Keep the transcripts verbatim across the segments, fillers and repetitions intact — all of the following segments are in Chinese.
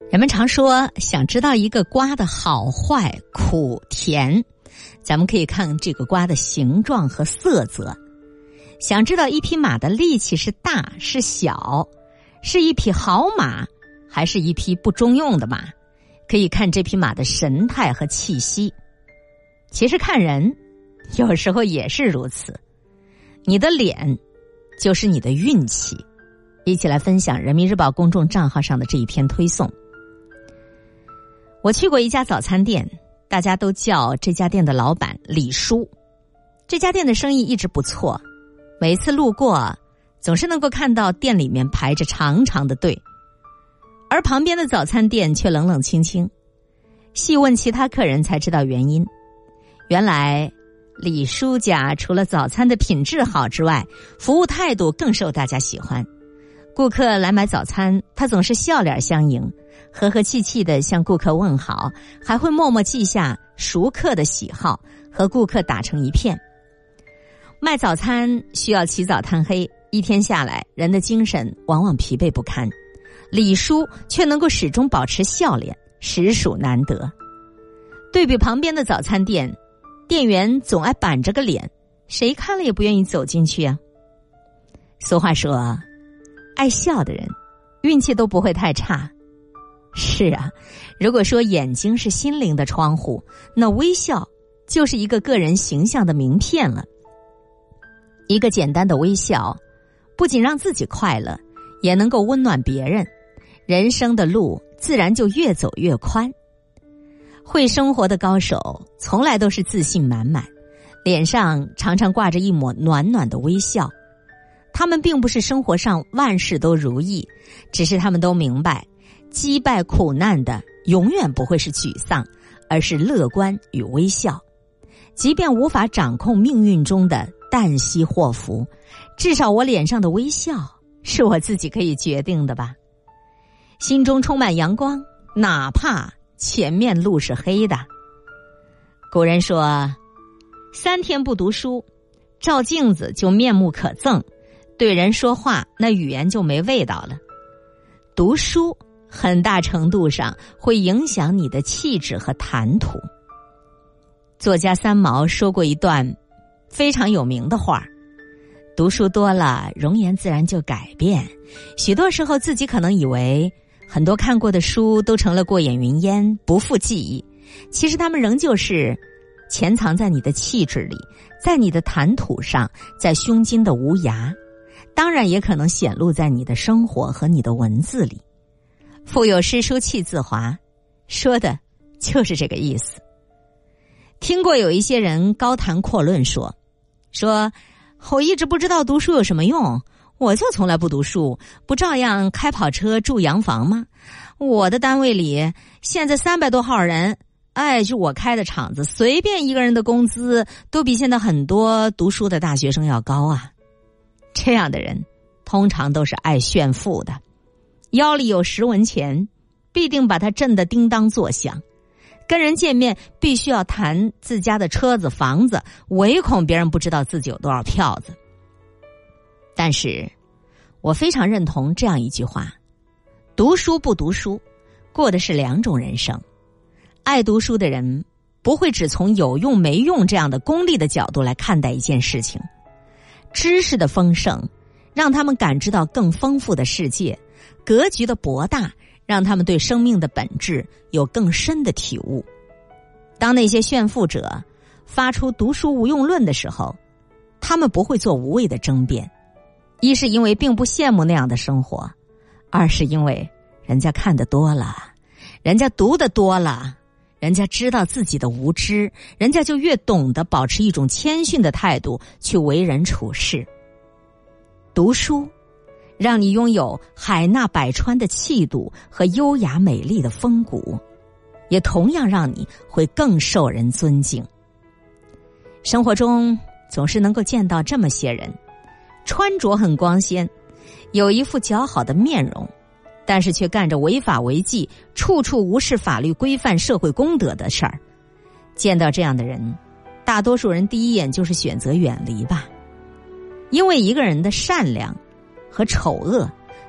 人们常说，想知道一个瓜的好坏、苦甜，咱们可以看这个瓜的形状和色泽。想知道一匹马的力气是大是小，是一匹好马还是一匹不中用的马，可以看这匹马的神态和气息。其实看人有时候也是如此，你的脸就是你的运气。一起来分享人民日报公众账号上的这一篇推送。我去过一家早餐店，大家都叫这家店的老板李叔。这家店的生意一直不错，每次路过总是能够看到店里面排着长长的队，而旁边的早餐店却冷冷清清。细问其他客人才知道原因，原来李叔家除了早餐的品质好之外，服务态度更受大家喜欢。顾客来买早餐，他总是笑脸相迎，和和气气地向顾客问好，还会默默记下熟客的喜好，和顾客打成一片。卖早餐需要起早贪黑，一天下来人的精神往往疲惫不堪，李叔却能够始终保持笑脸，实属难得。对比旁边的早餐店，店员总爱板着个脸，谁看了也不愿意走进去啊。俗话说，爱笑的人运气都不会太差。是啊，如果说眼睛是心灵的窗户，那微笑就是一个个人形象的名片了。一个简单的微笑，不仅让自己快乐，也能够温暖别人，人生的路自然就越走越宽。会生活的高手从来都是自信满满，脸上常常挂着一抹暖暖的微笑。他们并不是生活上万事都如意，只是他们都明白，击败苦难的永远不会是沮丧，而是乐观与微笑。即便无法掌控命运中的旦夕祸福，至少我脸上的微笑是我自己可以决定的吧。心中充满阳光，哪怕前面路是黑的。古人说，三天不读书，照镜子就面目可憎，对人说话那语言就没味道了。读书很大程度上会影响你的气质和谈吐。作家三毛说过一段非常有名的话，读书多了，容颜自然就改变。许多时候自己可能以为很多看过的书都成了过眼云烟，不复记忆，其实他们仍旧是潜藏在你的气质里，在你的谈吐上，在胸襟的无涯，当然也可能显露在你的生活和你的文字里。腹有诗书气自华，说的就是这个意思。听过有一些人高谈阔论说，说我一直不知道读书有什么用，我就从来不读书，不照样开跑车住洋房吗？我的单位里现在三百多号人，哎，就我开的厂子，随便一个人的工资都比现在很多读书的大学生要高啊。这样的人通常都是爱炫富的，腰里有十文钱，必定把它震得叮当作响。跟人见面必须要谈自家的车子房子，唯恐别人不知道自己有多少票子。但是我非常认同这样一句话，读书不读书，过的是两种人生。爱读书的人不会只从有用没用这样的功利的角度来看待一件事情，知识的丰盛让他们感知到更丰富的世界，格局的博大让他们对生命的本质有更深的体悟。当那些炫富者发出读书无用论的时候，他们不会做无谓的争辩，一是因为并不羡慕那样的生活，二是因为人家看得多了，人家读得多了，人家知道自己的无知，人家就越懂得保持一种谦逊的态度去为人处事。读书让你拥有海纳百川的气度和优雅美丽的风骨，也同样让你会更受人尊敬。生活中总是能够见到这么些人，穿着很光鲜，有一副姣好的面容，但是却干着违法违纪、处处无视法律规范、社会公德的事儿。见到这样的人，大多数人第一眼就是选择远离吧。因为一个人的善良和丑恶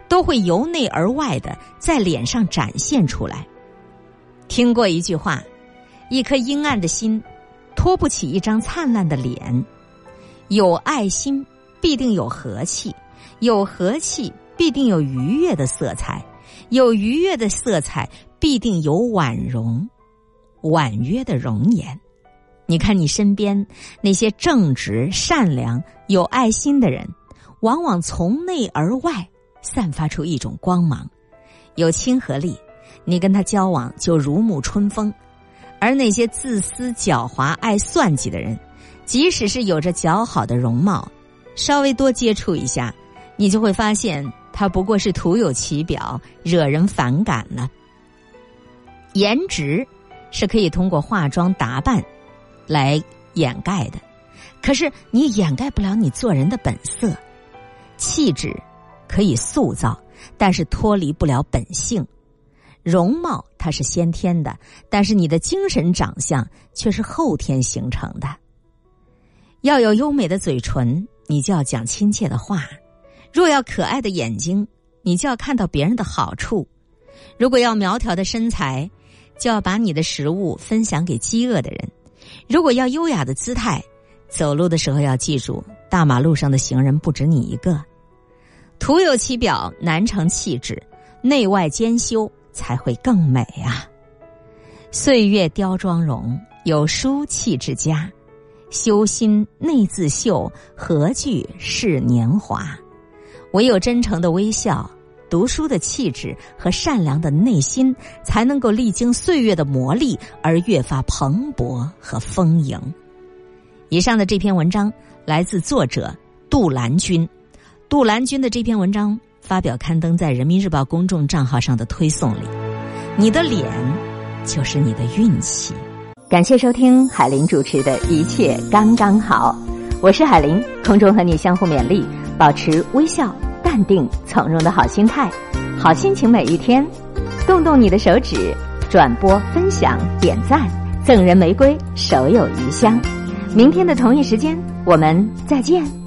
都会由内而外的在脸上展现出来。听过一句话，一颗阴暗的心托不起一张灿烂的脸。有爱心必定有和气，有和气必定有愉悦的色彩，有愉悦的色彩必定有婉容，婉约的容颜。你看你身边那些正直、善良、有爱心的人，往往从内而外散发出一种光芒，有亲和力，你跟他交往就如沐春风。而那些自私、狡猾、爱算计的人，即使是有着姣好的容貌，稍微多接触一下，你就会发现他不过是徒有其表，惹人反感了。颜值是可以通过化妆打扮来掩盖的，可是你掩盖不了你做人的本色。气质可以塑造，但是脱离不了本性。容貌它是先天的，但是你的精神长相却是后天形成的。要有优美的嘴唇，你就要讲亲切的话；若要可爱的眼睛，你就要看到别人的好处；如果要苗条的身材，就要把你的食物分享给饥饿的人；如果要优雅的姿态，走路的时候要记住，大马路上的行人不止你一个。徒有其表难成气质，内外兼修才会更美啊！岁月雕妆容，有书气之家。修心内自秀，何惧是年华？唯有真诚的微笑、读书的气质和善良的内心，才能够历经岁月的磨砺而越发蓬勃和丰盈。以上的这篇文章来自作者杜兰君。杜兰君的这篇文章发表刊登在人民日报公众账号上的推送里。你的脸就是你的运气。感谢收听海林主持的一切刚刚好，我是海林，空中和你相互勉励，保持微笑、淡定、从容的好心态，好心情每一天。动动你的手指，转播、分享、点赞，赠人玫瑰，手有余香。明天的同一时间，我们再见。